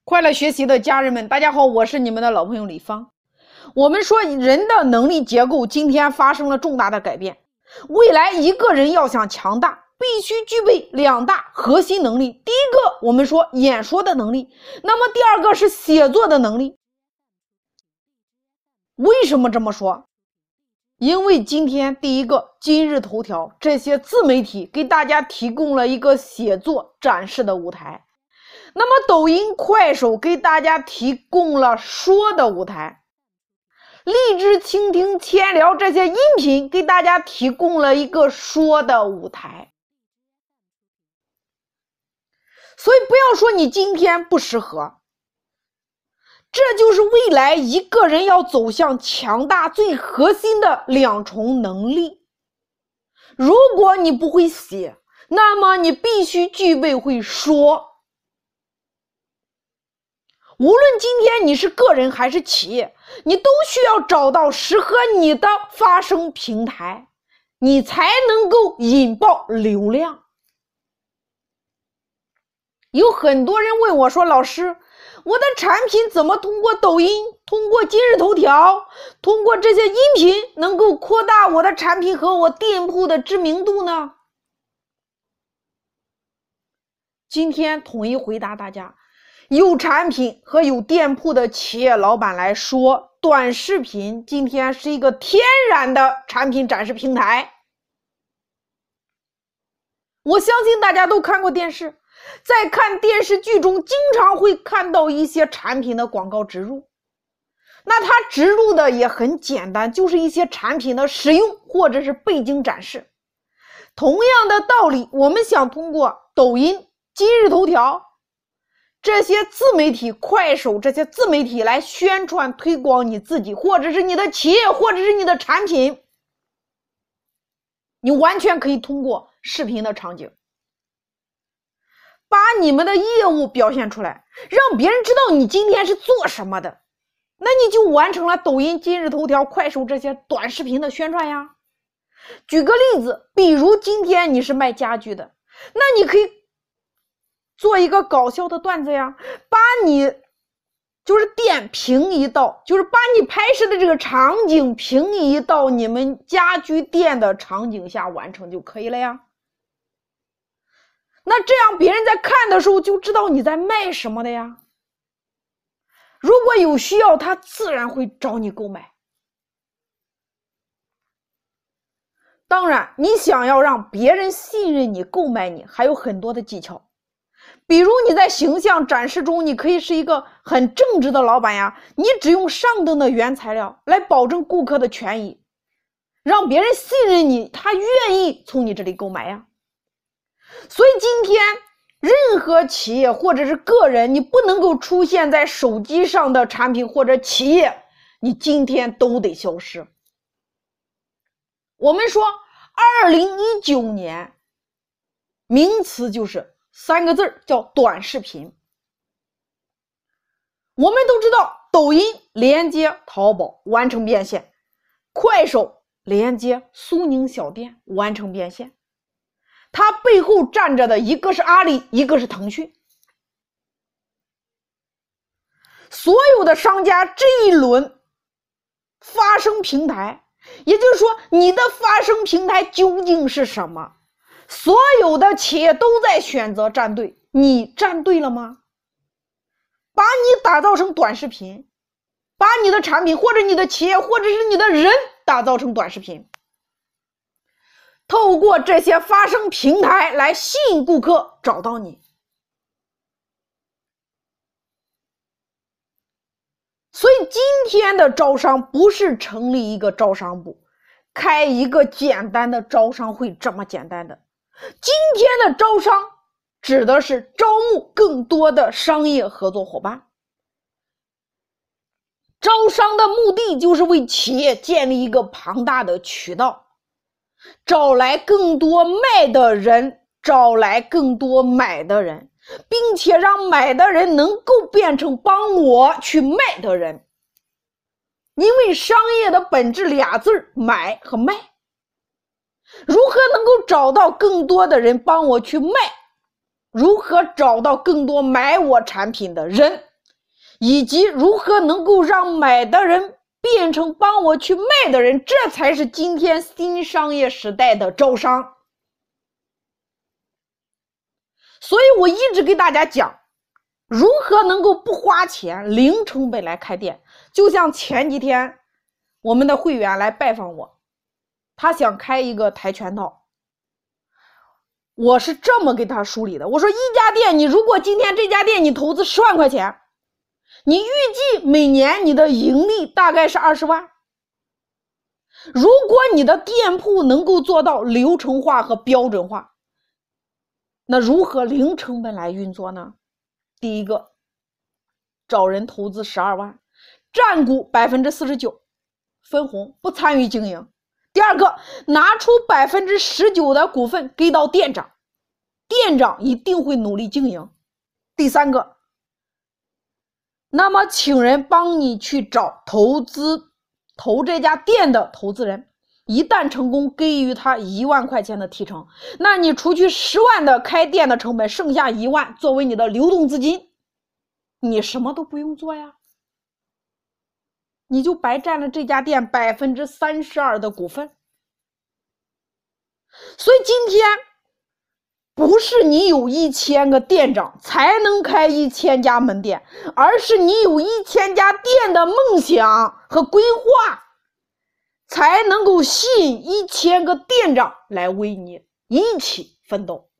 快乐学习的家人们，大家好，我是你们的老朋友李芳。我们说人的能力结构今天发生了重大的改变，未来一个人要想强大，必须具备两大核心能力。第一个，我们说演说的能力，那么第二个是写作的能力。为什么这么说？因为今天第一个，今日头条这些自媒体给大家提供了一个写作展示的舞台，那么抖音、快手给大家提供了说的舞台，荔枝、倾听、千聊这些音频给大家提供了一个说的舞台。所以不要说你今天不适合，这就是未来一个人要走向强大最核心的两重能力。如果你不会写，那么你必须具备会说。无论今天你是个人还是企业，你都需要找到适合你的发声平台，你才能够引爆流量。有很多人问我说，老师，我的产品怎么通过抖音、通过今日头条、通过这些音频能够扩大我的产品和我店铺的知名度呢？今天统一回答大家，有产品和有店铺的企业老板来说，短视频今天是一个天然的产品展示平台。我相信大家都看过电视，在看电视剧中经常会看到一些产品的广告植入，那它植入的也很简单，就是一些产品的使用或者是背景展示。同样的道理，我们想通过抖音、今日头条这些自媒体、快手这些自媒体来宣传推广你自己，或者是你的企业，或者是你的产品，你完全可以通过视频的场景把你们的业务表现出来，让别人知道你今天是做什么的，那你就完成了抖音、今日头条、快手这些短视频的宣传呀。举个例子，比如今天你是卖家具的，那你可以做一个搞笑的段子呀，把你就是店平移到，就是把你拍摄的这个场景平移到你们家居店的场景下完成就可以了呀。那这样别人在看的时候就知道你在卖什么的呀。如果有需要，他自然会找你购买。当然，你想要让别人信任你、购买你，还有很多的技巧。比如你在形象展示中，你可以是一个很正直的老板呀，你只用上等的原材料来保证顾客的权益，让别人信任你，他愿意从你这里购买呀。所以今天任何企业或者是个人，你不能够出现在手机上的产品或者企业，你今天都得消失。我们说2019年名词就是3个字，叫短视频。我们都知道，抖音连接淘宝完成变现，快手连接苏宁小店完成变现，它背后站着的一个是阿里，一个是腾讯。所有的商家这一轮发声平台，也就是说你的发声平台究竟是什么？所有的企业都在选择站队，你站对了吗？把你打造成短视频，把你的产品或者你的企业或者是你的人打造成短视频，透过这些发声平台来吸引顾客找到你。所以今天的招商不是成立一个招商部，开一个简单的招商会这么简单的。今天的招商指的是招募更多的商业合作伙伴。招商的目的就是为企业建立一个庞大的渠道，找来更多卖的人，找来更多买的人，并且让买的人能够变成帮我去卖的人。因为商业的本质俩字，买和卖。如何能够找到更多的人帮我去卖？如何找到更多买我产品的人？ 以及如何能够让买的人变成帮我去卖的人，这才是今天新商业时代的招商。所以我一直给大家讲，如何能够不花钱、零成本来开店。就像前几天我们的会员来拜访我，他想开一个跆拳道，我是这么给他梳理的，我说一家店，你如果今天这家店你投资10万块钱，你预计每年你的盈利大概是20万。如果你的店铺能够做到流程化和标准化，那如何零成本来运作呢？第一个，找人投资12万，占股49%，分红，不参与经营。第二个，拿出19%的股份给到店长，店长一定会努力经营。第三个，那么请人帮你去找投这家店的投资人，一旦成功，给予他1万块钱的提成，那你除去10万的开店的成本，剩下1万作为你的流动资金，你什么都不用做呀，你就白占了这家店32%的股份。所以今天不是你有1000个店长才能开1000家门店，而是你有1000家店的梦想和规划，才能够吸引1000个店长来为你一起奋斗。